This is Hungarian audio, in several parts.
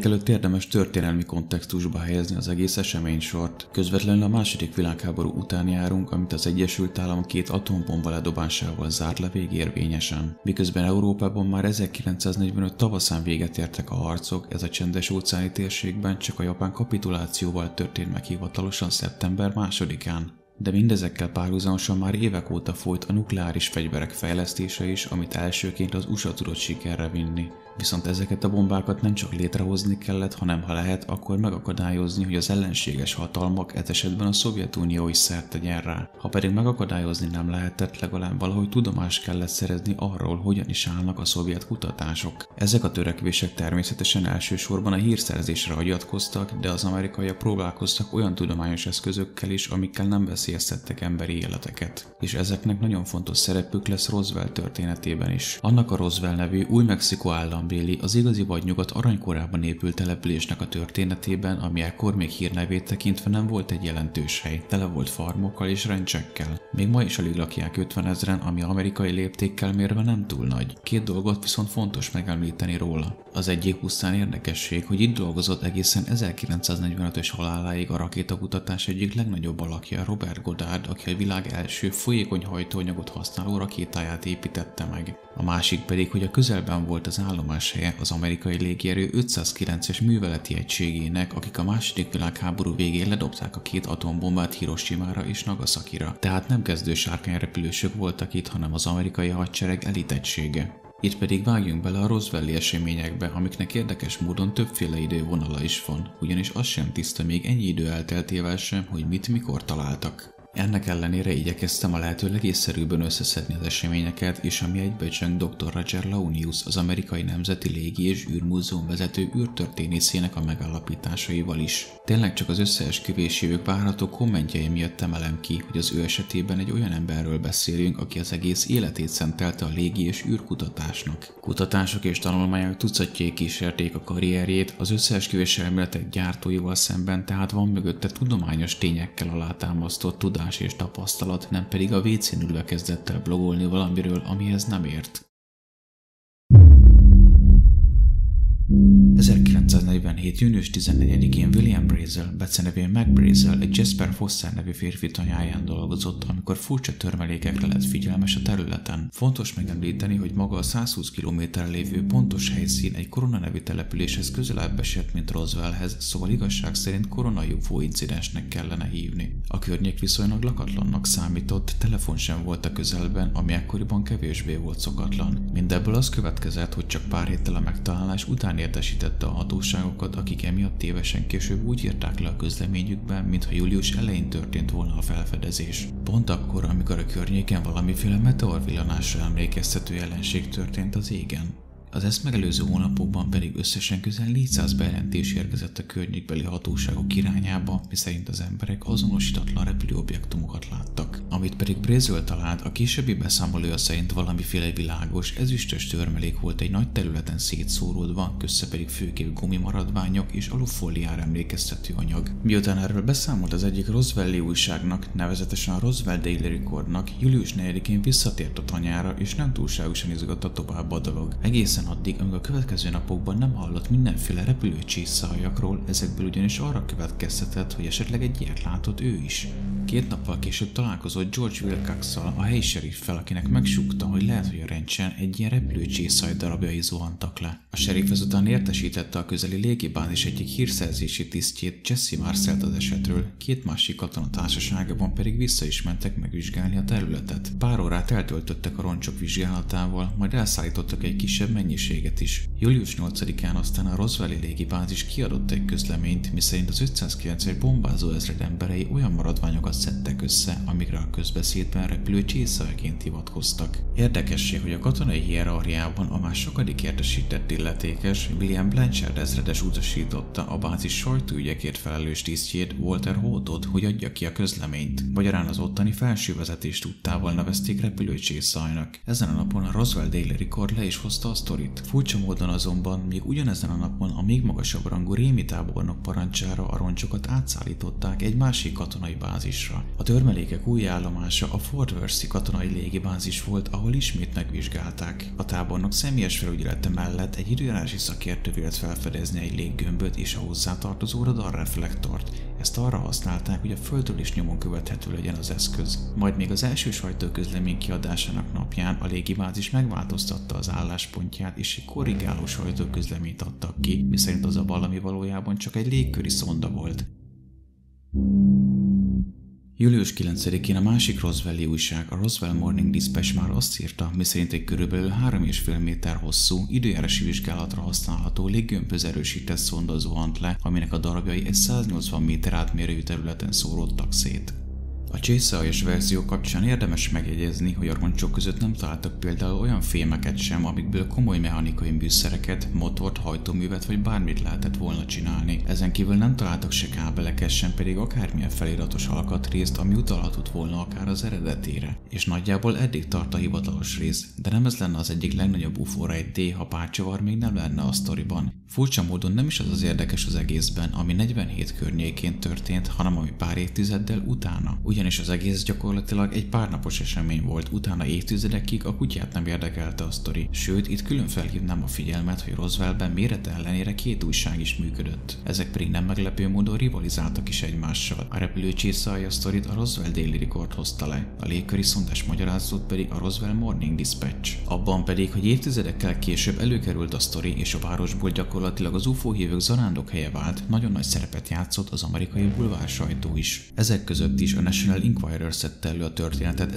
előtt érdemes történelmi kontextusba helyezni az egész eseménysort. Közvetlenül a II. Világháború után járunk, amit az Egyesült Államok 2 atombomba ledobásával zárt le végérvényesen. Miközben Európában már 1945 tavaszán véget értek a harcok, ez a Csendes-óceáni térségben csak a japán kapitulációval történt meg hivatalosan szeptember 2-án. De mindezekkel párhuzamosan már évek óta folyt a nukleáris fegyverek fejlesztése is, amit elsőként az USA tudott sikerre vinni. Viszont ezeket a bombákat nem csak létrehozni kellett, hanem ha lehet, akkor megakadályozni, hogy az ellenséges hatalmak, ez esetben a Szovjetunió is szert tegyen rá. Ha pedig megakadályozni nem lehetett, legalább valahogy tudomást kellett szerezni arról, hogyan is állnak a szovjet kutatások. Ezek a törekvések természetesen elsősorban a hírszerzésre hagyatkoztak, de az amerikaiak próbálkoztak olyan tudományos eszközökkel is, amikkel nem veszélyeztettek emberi életeket. És ezeknek nagyon fontos szerepük lesz Roswell történetében is. Annak a Roswell nevű Új-Mexikó állambéli, az igazi vadnyugat aranykorában épült településnek a történetében, ami ekkor még hírnevét tekintve nem volt egy jelentős hely, tele volt farmokkal és rencsekkel. Még ma is alig lakják 50 000-en, ami amerikai léptékkel mérve nem túl nagy. 2 dolgot viszont fontos megemlíteni róla. Az egyik pusztán érdekesség, hogy itt dolgozott egészen 1945-ös haláláig a rakétakutatás egyik legnagyobb alakja, Robert Goddard, aki a világ első folyékony hajtóanyagot használó rakétáját építette meg. A másik pedig, hogy a közelben volt az állomáshelye az amerikai légierő 509-es műveleti egységének, akik a II. Világháború végén ledobták a 2 atombombát Hiroshimára és Nagasakira. Tehát nem kezdő sárkányrepülősök voltak itt, hanem az amerikai hadsereg elitegysége. Itt pedig vágjunk bele a Roswell-i eseményekbe, amiknek érdekes módon többféle idővonala is van, ugyanis az sem tiszta még ennyi idő elteltével sem, hogy mit mikor találtak. Ennek ellenére igyekeztem a lehető legészszerűbben összeszedni az eseményeket, és ami egybecseng dr. Roger Launius, az Amerikai Nemzeti Légi és űrmúzeum vezető űrtörténészének a megállapításaival is. Tényleg csak az összeesküvési évek várható kommentjei miatt emelem ki, hogy az ő esetében egy olyan emberről beszélünk, aki az egész életét szentelte a légi és űrkutatásnak. Kutatások és tanulmányok tucatjai kísérték a karrierjét, az összeesküvés elméletek gyártóival szemben, tehát van mögötte tudományos tényekkel alátámasztott tudás és tapasztalat, nem pedig a WC-n ülve kezdett el blogolni valamiről, amihez nem ért. 1947. június 14-én William Brazel, becenevén Mac Brazel, egy Jasper Foster nevű férfi tanyáján dolgozott, amikor furcsa törmelékekre lett figyelmes a területen. Fontos megemlíteni, hogy maga a 120 km-re lévő pontos helyszín egy Korona nevű településhez közelebb esett, mint Roswellhez, szóval igazság szerint Korona UFO incidensnek kellene hívni. A környék viszonylag lakatlannak számított, telefon sem volt a közelben, ami ekkoriban kevésbé volt szokatlan. Mindebből az következett, hogy csak pár héttel a megtalálás után értesítette a hatóságokat, akik emiatt tévesen később úgy írták le a közleményükben, mintha július elején történt volna a felfedezés. Pont akkor, amikor a környéken valamiféle meteorvillanásra emlékeztető jelenség történt az égen. Az ezt megelőző hónapokban pedig összesen közel 400 bejelentés érkezett a környékbeli hatóságok irányába, miszerint az emberek azonosítatlan repülőobjektumokat láttak. Amit pedig Brazel talált, a későbbi beszámolója szerint valamiféle világos, ezüstös törmelék volt egy nagy területen szétszóródva, közte pedig főképp gumimaradványok és alufóliára emlékeztető anyag. Miután erről beszámolt az egyik Roswell-i újságnak, nevezetesen a Roswell Daily Recordnak, július 4-én visszatért a tanyára, és nem túlságosan izgatta tovább a dolog. Egészen addig, amíg a következő napokban nem hallott mindenféle repülőcsészhajakról, ezekből ugyanis arra következtetett, hogy esetleg egy ilyet látott ő is. 2 nappal később találkozott George Wilcox-szal, a helyi seriffel, akinek megsúgta, hogy lehet, hogy a rencsen egy ilyen repülőcsészhaj darabjai zuhantak le. A seriff ezután értesítette a közeli légibázis egyik hírszerzési tisztjét, Jesse Marcellt az esetről, 2 másik katona társaságában pedig vissza is mentek megvizsgálni a területet. Pár órát eltöltöttek a roncsok vizsgálatával, majd elszállítottak egy kisebb mennyiséget is. Július 8-án aztán a Roswell-i légibázis kiadott egy közleményt, miszerint az 591 bombázó ezred emberei olyan maradványokat szedtek össze, amikre a közbeszédben repülő csészhajaként hivatkoztak. Érdekesség, hogy a katonai hierarchiában a már sokadik értesített illetékes William Blanchard ezredes utasította a bázis sajtóügyekért felelős tisztjét, Walter Holtot, hogy adja ki a közleményt. Magyarán az ottani felső vezetés tudtával nevezték repülőcsészhajnak. Ezen a napon a Roswell Daily Record le is hozta a sztorit. Furcsa módon azonban még ugyanezen a napon a még magasabb rangú Rémi tábornok parancsára a roncsokat átszállították egy másik katonai bázisra. A törmelékek új állomása a Fort Worth-i katonai légibázis volt, ahol ismét megvizsgálták. A tábornok személyes felügyelete mellett egy időjárási szakértő vélt felfedezni egy léggömböt és a hozzátartozó radarreflektort. Ezt arra használták, hogy a földről is nyomon követhető legyen az eszköz. Majd még az első sajtóközlemény kiadásának napján a légibázis megváltoztatta az álláspontját, és egy korrigáló sajtóközleményt adtak ki, miszerint az a valami valójában csak egy légköri szonda volt. Július 9-én a másik Roswell-i újság, a Roswell Morning Dispatch már azt írta, miszerint egy körülbelül 3,5 méter hosszú, időjárási vizsgálatra használható léggömbhöz erősített szonda zuhant le, aminek a darabjai egy 180 méter átmérőjű területen szóródtak szét. A csészaljas verzió kapcsán érdemes megjegyezni, hogy a roncsok között nem találtak például olyan fémeket sem, amikből komoly mechanikai műszereket, motort, hajtóművet vagy bármit lehetett volna csinálni. Ezen kívül nem találtak se kábeleket, sem pedig akármilyen feliratos alkatrészt, ami utalhatott volna akár az eredetére. És nagyjából eddig tart a hivatalos rész, de nem ez lenne az egyik legnagyobb UFO rejtély, ha párcsavar még nem lenne a sztoriban. Furcsa módon nem is az érdekes az egészben, ami 47 környékén történt, hanem ami pár évtizeddel utána. Ugyanis az egész gyakorlatilag egy párnapos esemény volt, utána évtizedekig a kutyát nem érdekelte a sztori. Sőt, itt külön felhívnám a figyelmet, hogy Roswellben mérete ellenére 2 újság is működött. Ezek pedig nem meglepő módon rivalizáltak is egymással. A repülő csészalja sztorit a Roswell Daily Record hozta le, a légköri szondás magyarázatot pedig a Roswell Morning Dispatch. Abban pedig, hogy évtizedekkel később előkerült a sztori, és a városból gyakorlatilag az UFO hívők zarándok helye vált, nagyon nagy szerepet játszott az amerikai bulvár sajtó is. Ezek között is a National Enquirer szedte elő a történetet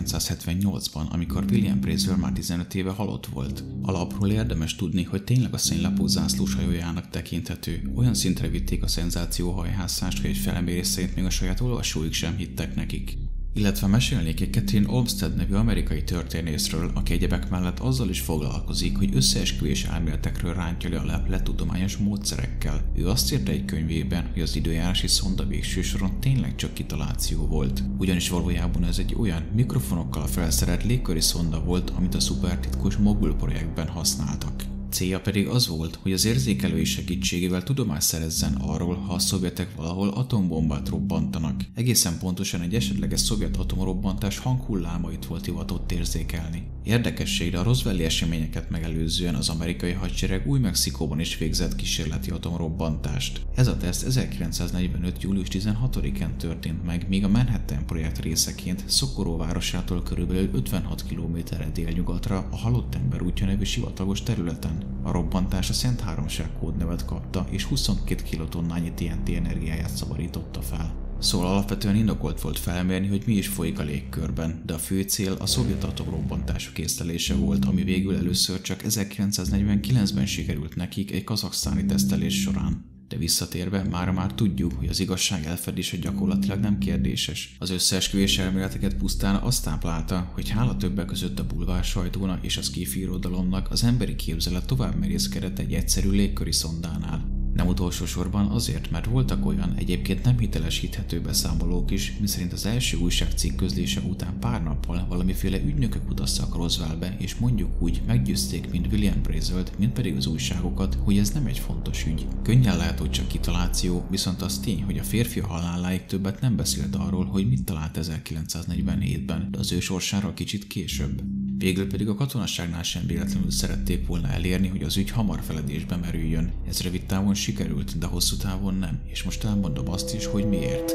1978-ban, amikor William Brazel már 15 éve halott volt. Alapról érdemes tudni, hogy tényleg a szénlapó zászlós hajójának tekinthető. Olyan szintre vitték a szenzációhajhászást, hogy egy felmérés szerint még a saját olvasóik sem hittek nekik. Illetve mesélnék egy Catherine Olmsted nevű amerikai történészről, aki egyebek mellett azzal is foglalkozik, hogy összeesküvés elméletekről rántja le a leplett tudományos módszerekkel. Ő azt írta egy könyvében, hogy az időjárási szonda végső soron tényleg csak kitaláció volt. Ugyanis valójában ez egy olyan mikrofonokkal felszerelt légköri szonda volt, amit a szupertitkos Mogul projektben használtak. Célja pedig az volt, hogy az érzékelői segítségével tudomást szerezzen arról, ha a szovjetek valahol atombombát robbantanak. Egészen pontosan egy esetleges szovjet atomrobbantás hanghullámait volt hivatott érzékelni. Érdekességre a Roswell-i eseményeket megelőzően az amerikai hadsereg Új-Mexikóban is végzett kísérleti atomrobbantást. Ez a teszt 1945. július 16-án történt meg, míg a Manhattan projekt részeként Socorro városától körülbelül 56 km-re délnyugatra a Halott ember útja nevű sivatagos területen. A robbantás a Szent Háromság kódnevet kapta, és 22 kilotonnányi TNT energiáját szabadította fel. Szóval alapvetően indokolt volt felmérni, hogy mi is folyik a légkörben, de a fő cél a szovjet atomrobbantások észlelése volt, ami végül először csak 1949-ben sikerült nekik egy kazaksztáni tesztelés során. De visszatérve, már tudjuk, hogy az igazság elfedése gyakorlatilag nem kérdéses. Az összeesküvés elméleteket pusztán azt táplálta, hogy hála többek között a bulvár sajtónak és a sci-fi irodalomnak az emberi képzelet tovább merészkedett egy egyszerű légköri szondánál. Nem utolsó sorban azért, mert voltak olyan egyébként nem hitelesíthető beszámolók is, miszerint az első újságcikk közlése után pár nappal valamiféle ügynökök utaztak Roswellbe, és mondjuk úgy meggyőzték mind William Brazelt, mind pedig az újságokat, hogy ez nem egy fontos ügy. Könnyen lehet, hogy csak kitaláció, viszont az tény, hogy a férfi haláláig többet nem beszélt arról, hogy mit talált 1947-ben, de az ő sorsára kicsit később. Végül pedig a katonaságnál sem véletlenül szerették volna elérni, hogy az ügy hamar feledésbe merüljön. Ez rövid távon sikerült, de hosszú távon nem, és most elmondom azt is, hogy miért.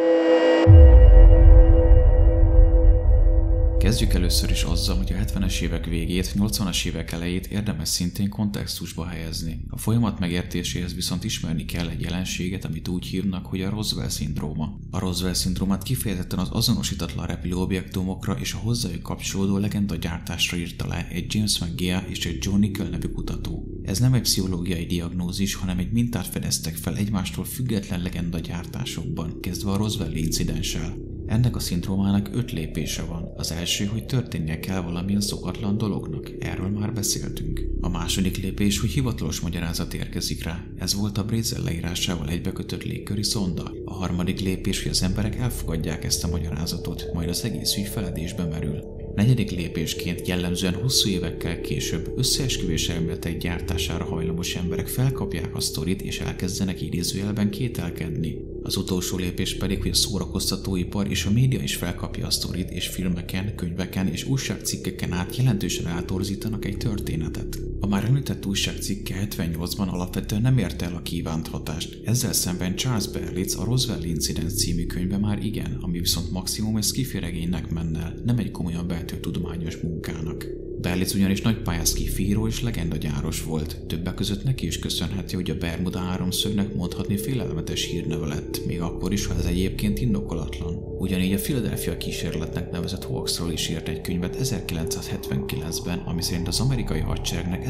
Kezdjük először is azzal, hogy a 70-es évek végét, 80-as évek elejét érdemes szintén kontextusba helyezni. A folyamat megértéséhez viszont ismerni kell egy jelenséget, amit úgy hívnak, hogy a Roswell-szindróma. A Roswell-szindrómát kifejezetten az azonosítatlan repülőobjektumokra és a hozzájuk kapcsolódó legendagyártásra írta le egy James McGeer és egy John Nickel nevű kutató. Ez nem egy pszichológiai diagnózis, hanem egy mintát fedeztek fel egymástól független legendagyártásokban, kezdve a Roswell-i incidenssel. Ennek a szindrómának 5 lépése van. Az első, hogy történnie kell valamilyen szokatlan dolognak. Erről már beszéltünk. A második lépés, hogy hivatalos magyarázat érkezik rá. Ez volt a Brazel leírásával egybekötött légköri szonda. A harmadik lépés, hogy az emberek elfogadják ezt a magyarázatot, majd az egész ügy feledésbe merül. Negyedik lépésként jellemzően hosszú évekkel később összeesküvés elméletek gyártására hajlamos emberek felkapják a sztorit és elkezdenek idézőjelben kételkedni. Az utolsó lépés pedig, hogy a szórakoztatóipar és a média is felkapja a sztorit, és filmeken, könyveken és újságcikkeken át jelentősen eltorzítanak egy történetet. A már említett újságcikke 78-ban alapvetően nem érte el a kívánt hatást. Ezzel szemben Charles Berlitz a Roswell Incident című könyve már igen, ami viszont maximum egy sci-fi regénynek menne el, nem egy komolyan vehető tudományos munkának. Berlitz ugyanis nagy pályás sci-fi író és legendagyáros volt. Többek között neki is köszönheti, hogy a Bermuda háromszögnek mondhatni félelmetes hírneve lett, még akkor is, ha ez egyébként indokolatlan. Ugyanígy a Philadelphia kísérletnek nevezett hoaxról is írt egy könyvet 1979-ben, ami szerint az amerikai hadseregnek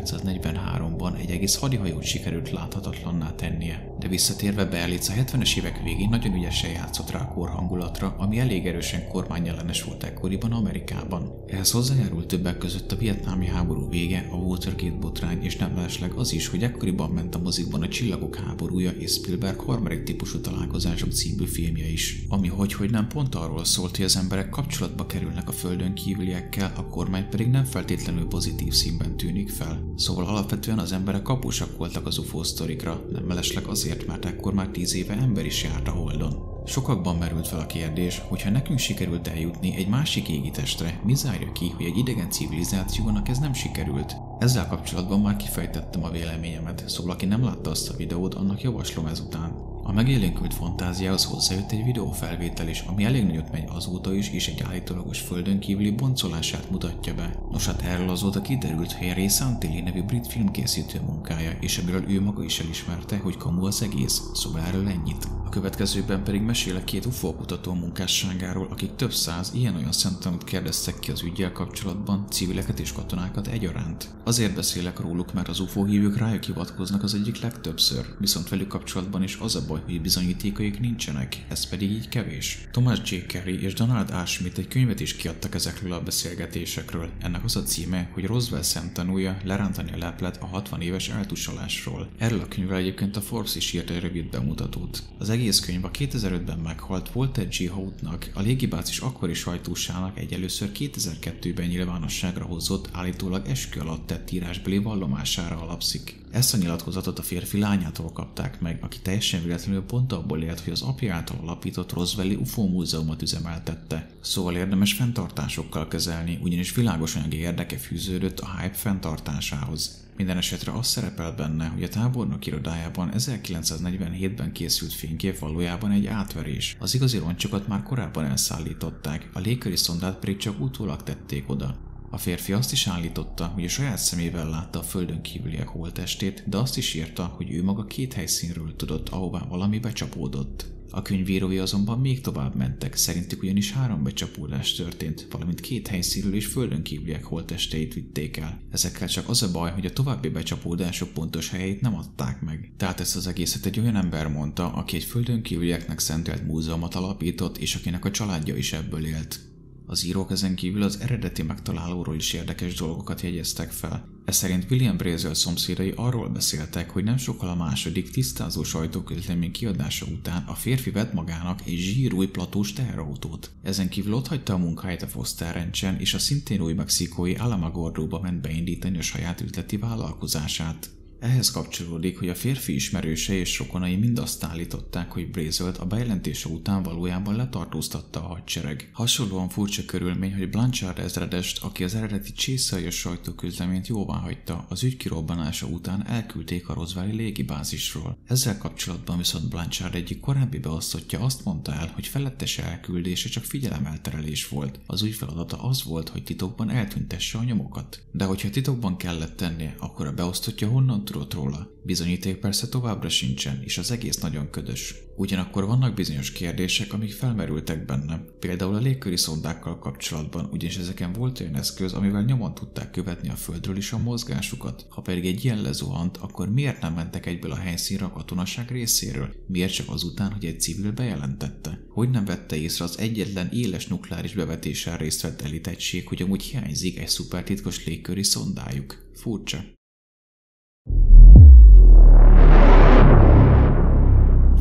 1943-ban egy egész hadihajót sikerült láthatatlanná tennie. De visszatérve, Berlitz a 70-es évek végén nagyon ügyesen játszott rá a korhangulatra, ami elég erősen kormányellenes volt ekkoriban Amerikában. Ehhez hozzájárult többek között a vietnámi háború vége, a Watergate botrány, és nem mellesleg az is, hogy ekkoriban ment a mozikban a Csillagok háborúja és Spielberg harmadik típusú találkozások című filmje is, ami hogy nem pont arról szólt, hogy az emberek kapcsolatba kerülnek a földön kívüliekkel, a kormány pedig nem feltétlenül pozitív színben tűnik fel. Szóval alapvetően az emberek kapusak voltak az UFO sztorikra, nem mellesleg azért, mert ekkor már 10 éve ember is járt a Holdon. Sokakban merült fel a kérdés, hogy ha nekünk sikerült eljutni egy másik égitestre, mi zárja ki, hogy egy idegen civilizációnak ez nem sikerült? Ezzel kapcsolatban már kifejtettem a véleményemet, szóval aki nem látta azt a videót, annak javaslom ezután. A megélénkült fantáziához hozzájött egy videófelvétel is, ami elég nagyot megy azóta is, és egy állítólagos földön kívüli boncolását mutatja be. Nos hát erről azóta kiderült, hogy Ray Santilli nevű brit filmkészítő munkája, és amiről ő maga is elismerte, hogy kamu az egész, szóval erről ennyit. A következőkben pedig mesélek 2 UFO kutató munkásságáról, akik több száz ilyen-olyan szemtanút kérdeztek ki az üggyel kapcsolatban, civileket és katonákat egyaránt. Azért beszélek róluk, mert az UFO hívők rájuk hivatkoznak az egyik legtöbbször, viszont velük kapcsolatban is az a baj, hogy bizonyítékaik nincsenek, ez pedig így kevés. Thomas J. Carey és Donald A. Schmidt egy könyvet is kiadtak ezekről a beszélgetésekről. Ennek az a címe, hogy Roswell szemtanúja lerántani a leplet a 60 éves eltusolásról. Erről a könyvvel egyébként a Forbes is írt egy rövid bemutatót. Az egész könyv a 2005-ben meghalt Walter G. Hautnak, a légibázis akkori sajtósának egy először 2002-ben nyilvánosságra hozott, állítólag eskü alatt tett írásbeli vallomására alapszik. Ezt a nyilatkozatot a férfi lányától kapták meg, aki teljesen véletlenül pont abból élt, hogy az apja által alapított Roswelli UFO múzeumot üzemeltette. Szóval érdemes fenntartásokkal kezelni, ugyanis világos anyagi érdeke fűződött a hype fenntartásához. Minden esetre az szerepel benne, hogy a tábornok irodájában 1947-ben készült fénykép valójában egy átverés. Az igazi roncsokat már korábban elszállították, a légköri szondát pedig csak utólag tették oda. A férfi azt is állította, hogy a saját szemével látta a földön kívüliek holttestét, de azt is írta, hogy ő maga 2 helyszínről tudott, ahová valami becsapódott. A könyvírói azonban még tovább mentek, szerintük ugyanis 3 becsapódás történt, valamint 2 helyszínről is földön kívüliek holttesteit vitték el. Ezekkel csak az a baj, hogy a további becsapódások pontos helyét nem adták meg. Tehát ezt az egészet egy olyan ember mondta, aki egy földön kívülieknek szentelt múzeumot alapított, és akinek a családja is ebből élt. Az írók ezen kívül az eredeti megtalálóról is érdekes dolgokat jegyeztek fel. Ez szerint William Brazel szomszédai arról beszéltek, hogy nem sokkal a második tisztázó sajtóközlemény kiadása után a férfi vett magának egy zsírúj platós teherautót. Ezen kívül otthagyta a munkáját a Foster Ranchen, és a szintén új mexikói Alamogordo-ba ment beindítani a saját üzleti vállalkozását. Ehhez kapcsolódik, hogy a férfi ismerősei és rokonai mind azt állították, hogy Brazelt a bejelentése után valójában letartóztatta a hadsereg. Hasonlóan furcsa körülmény, hogy Blanchard ezredest, aki az eredeti csészaias sajtóközleményt jóváhagyta, az ügy kirobbanása után elküldték a Roswelli légibázisról. Ezzel kapcsolatban viszont Blanchard egyik korábbi beosztottja azt mondta el, hogy felettes elküldése csak figyelemelterelés volt. Az ügy feladata az volt, hogy titokban eltüntesse a nyomokat. De hogyha titokban kellett tennie, akkor a beosztottja honnan tudott róla? Bizonyíték persze továbbra sincsen, és az egész nagyon ködös. Ugyanakkor vannak bizonyos kérdések, amik felmerültek bennem, például a légköri szondákkal kapcsolatban, ugyanis ezeken volt olyan eszköz, amivel nyomon tudták követni a földről is a mozgásukat. Ha pedig egy ilyen lezuhant, akkor miért nem mentek egyből a helyszínre a katonaság részéről? Miért csak azután, hogy egy civil bejelentette? Hogy nem vette észre az egyetlen éles nukleáris bevetéssel részt vett elitegység, hogy amúgy hiányzik egy szupertitkos légköri szondájuk? Furcsa. Fontos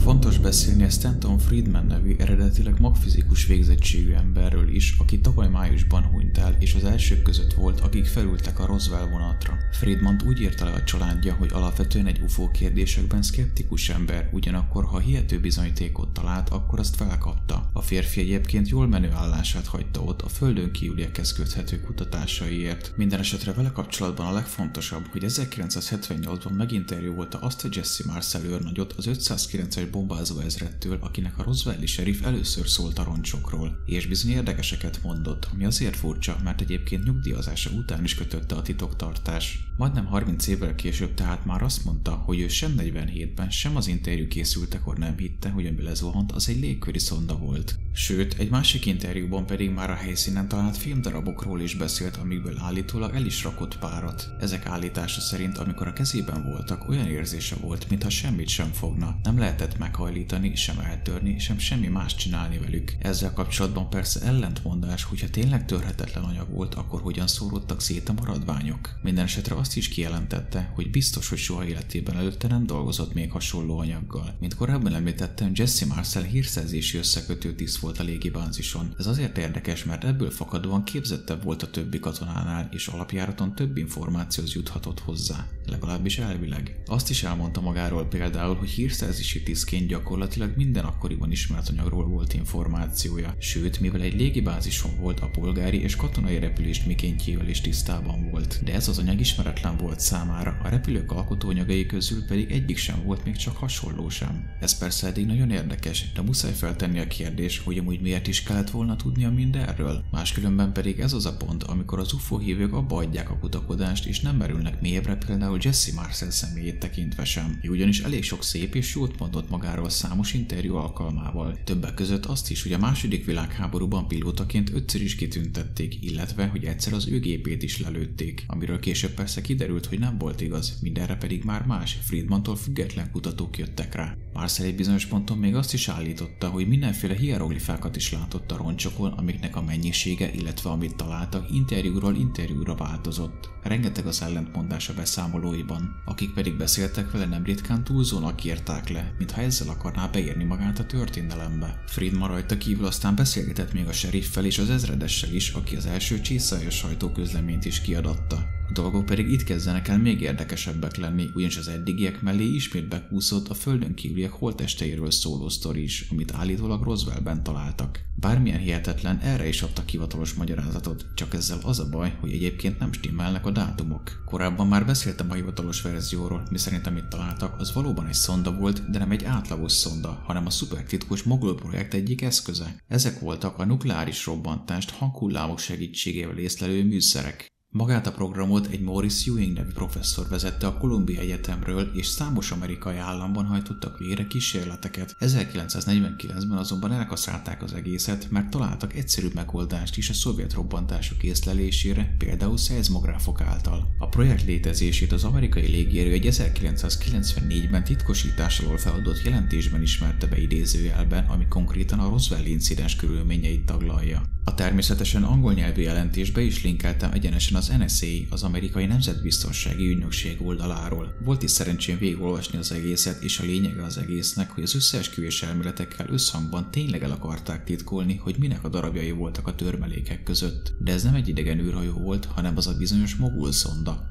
beszélni a Stanton Friedman nevű eredetileg magfizikus végzettségű emberről is, aki tavaly májusban hunyt el, és az elsők között volt, akik felültek a Roswell vonatra. Friedmant úgy írta le a családja, hogy alapvetően egy UFO kérdésekben szkeptikus ember, ugyanakkor ha hihető bizonyítékot talált, akkor azt felkapta. A férfi egyébként jól menő állását hagyta ott a földön kívüliekhez köthető kutatásaiért. Minden esetre vele kapcsolatban a legfontosabb, hogy 1978-ban meginterjúolta azt a Jesse Marcel őrnagyot az 509-es bombázó ezrettől, akinek a Roswell-i sheriff először szólt a roncsokról, és bizony érdekeseket mondott, ami azért furcsa, mert egyébként nyugdíjazása után is kötötte a titoktartás. Majdnem 30 évvel később tehát már azt mondta, hogy ő sem 47-ben, sem az interjú készültekor nem hitte, hogy ami lezuhant, az egy légköri szonda volt. Sőt, egy másik interjúban pedig már a helyszínen talált filmdarabokról is beszélt, amikből állítólag el is rakott párat. Ezek állítása szerint, amikor a kezében voltak, olyan érzése volt, mintha semmit sem fogna. Nem lehetett meghajlítani, sem eltörni, sem semmi más csinálni velük. Ezzel kapcsolatban persze ellentmondás, hogyha tényleg törhetetlen anyag volt, akkor hogyan szóródtak szét a maradványok. Minden esetre azt is kijelentette, hogy biztos, hogy soha életében előtte nem dolgozott még hasonló anyaggal. Mint korábban említettem, Jesse Marcel hírszerzési összekötő tiszt volt a légibázison. Ez azért érdekes, mert ebből fakadóan képzettebb volt a többi katonánál, és alapjáraton több információhoz juthatott hozzá. Legalábbis elvileg. Azt is elmondta magáról például, hogy hírszerzési tisztként gyakorlatilag minden akkoriban ismert anyagról volt információja. Sőt, mivel egy légibázison volt, a polgári és katonai repülés mikéntjével is tisztában volt. De ez az anyag ismeretlen volt számára, a repülők alkotóanyagai közül pedig egyik sem volt még csak hasonló sem. Ez persze eddig nagyon érdekes, de muszáj feltenni a kérdés, hogy amúgy miért is kellett volna tudnia mindenről. Máskülönben pedig ez az a pont, amikor az UFO hívők abba adják a kutakodást és nem merülnek mélyebbre például Jesse Marcel személyét tekintve sem. Ő ugyanis elég sok szép és jót mondott magáról számos interjú alkalmával. Többek között azt is, hogy a II. Világháborúban pilótaként 5-ször is kitüntették, illetve hogy egyszer az ő gépét is lelőtték, amiről később persze kiderült, hogy nem volt igaz, mindenre pedig már más, Friedmantól független kutatók jöttek rá. Marcel egy bizonyos ponton még azt is állította, hogy mindenféle hieroglifákat is látott a roncsokon, amiknek a mennyisége, illetve amit találtak, interjúról interjúra változott. Rengeteg az ellentmondás a beszámolóiban. Akik pedig beszéltek vele, nem ritkán túlzónak írták le, mintha ezzel akarná beírni magát a történelembe. Friedman rajta kívül aztán beszélgetett még a seriffel és az ezredessel is, aki az első csészályos sajtóközleményt is kiadatta. A dolgok pedig itt kezdenek el még érdekesebbek lenni, ugyanis az eddigiek mellé ismét bekúszott a földön kívüliek holttesteiről szóló sztori is, amit állítólag Roswellben találtak. Bármilyen hihetetlen, erre is adtak hivatalos magyarázatot, csak ezzel az a baj, hogy egyébként nem stimmelnek a dátumok. Korábban már beszéltem a hivatalos verzióról, miszerint amit találtak, az valóban egy szonda volt, de nem egy átlagos szonda, hanem a szupertitkos Mogul projekt egyik eszköze. Ezek voltak a nukleáris robbantást hanghullámok segítségével észlelő műszerek. Magát a programot egy Maurice Ewing nevű professzor vezette a Columbia Egyetemről, és számos amerikai államban hajtottak végre kísérleteket. 1949-ben azonban elkaszálták az egészet, mert találtak egyszerű megoldást is a szovjet robbantások észlelésére, például szeizmográfok által. A projekt létezését az amerikai légierő egy 1994-ben titkosítás alól feladott jelentésben ismerte be idézőjelben, ami konkrétan a Roswell incidens körülményeit taglalja. A természetesen angol nyelvű jelentésbe is linkeltem egyenesen az NSA, az amerikai nemzetbiztonsági ügynökség oldaláról. Volt is szerencsém végigolvasni az egészet, és a lényege az egésznek, hogy az összeesküvés elméletekkel összhangban tényleg el akarták titkolni, hogy minek a darabjai voltak a törmelékek között. De ez nem egy idegen űrhajó volt, hanem az a bizonyos Mogul szonda.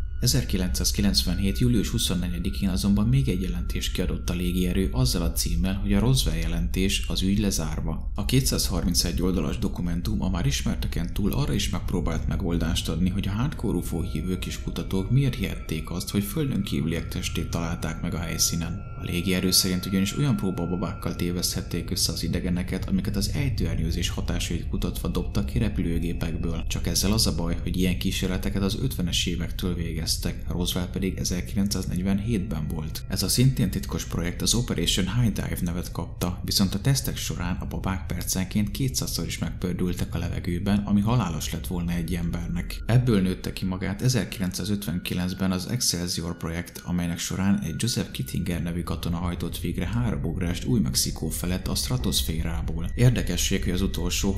1997. július 24-én azonban még egy jelentést kiadott a légierő azzal a címmel, hogy a Roswell jelentés, az ügy lezárva. A 231 oldalas dokumentum a már ismerteken túl arra is megpróbált megoldást adni, hogy a hardcore UFO hívők és kutatók miért hihették azt, hogy földön kívüliek testét találták meg a helyszínen. A légierő szerint ugyanis olyan próbababákkal téveszthették össze az idegeneket, amiket az ejtőernyőzés hatásait kutatva dobtak ki repülőgépekből. Csak ezzel az a baj, hogy ilyen kísérleteket az 50-es évektől végeztek, Roswell pedig 1947-ben volt. Ez a szintén titkos projekt az Operation High Dive nevet kapta, viszont a tesztek során a babák percenként 200-szor is megpördültek a levegőben, ami halálos lett volna egy embernek. Ebből nőtte ki magát 1959-ben az Excelsior projekt, amelynek során egy Joseph Kittinger nevű katona hajtott végre 3 ugrást Új-Mexikó felett a stratoszférából. Érdekesség, hogy az utolsó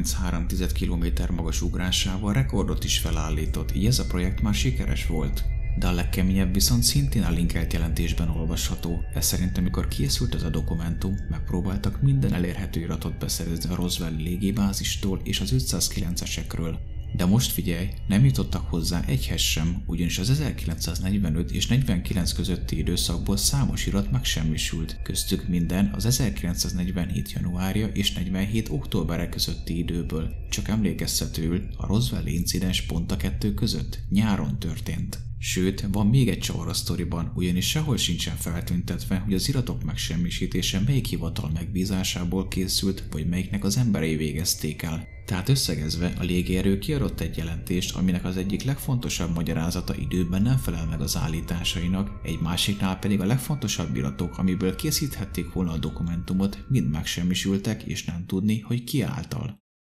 31,33 km magas ugrásával rekordot is felállított, így ez a projekt már sikeres volt. De a legkeményebb viszont szintén a linkelt jelentésben olvasható. Ez szerint, amikor készült ez a dokumentum, megpróbáltak minden elérhető iratot beszerezni a Roswell-i légibázistól és az 509-esekről. De most figyelj, nem jutottak hozzá egyhez sem, ugyanis az 1945 és 49 közötti időszakból számos irat megsemmisült, köztük minden az 1947. januárja és 47. októberre közötti időből. Csak emlékeztetőül, a Roswell-i incidens pont a kettő között, nyáron történt. Sőt, van még egy csavar a sztoriban, ugyanis sehol sincsen feltüntetve, hogy az iratok megsemmisítése melyik hivatal megbízásából készült, vagy melyiknek az emberei végezték el. Tehát összegezve, a légierő kiadott egy jelentést, aminek az egyik legfontosabb magyarázata időben nem felel meg az állításainak, egy másiknál pedig a legfontosabb iratok, amiből készíthették volna a dokumentumot, mind megsemmisültek, és nem tudni, hogy ki által.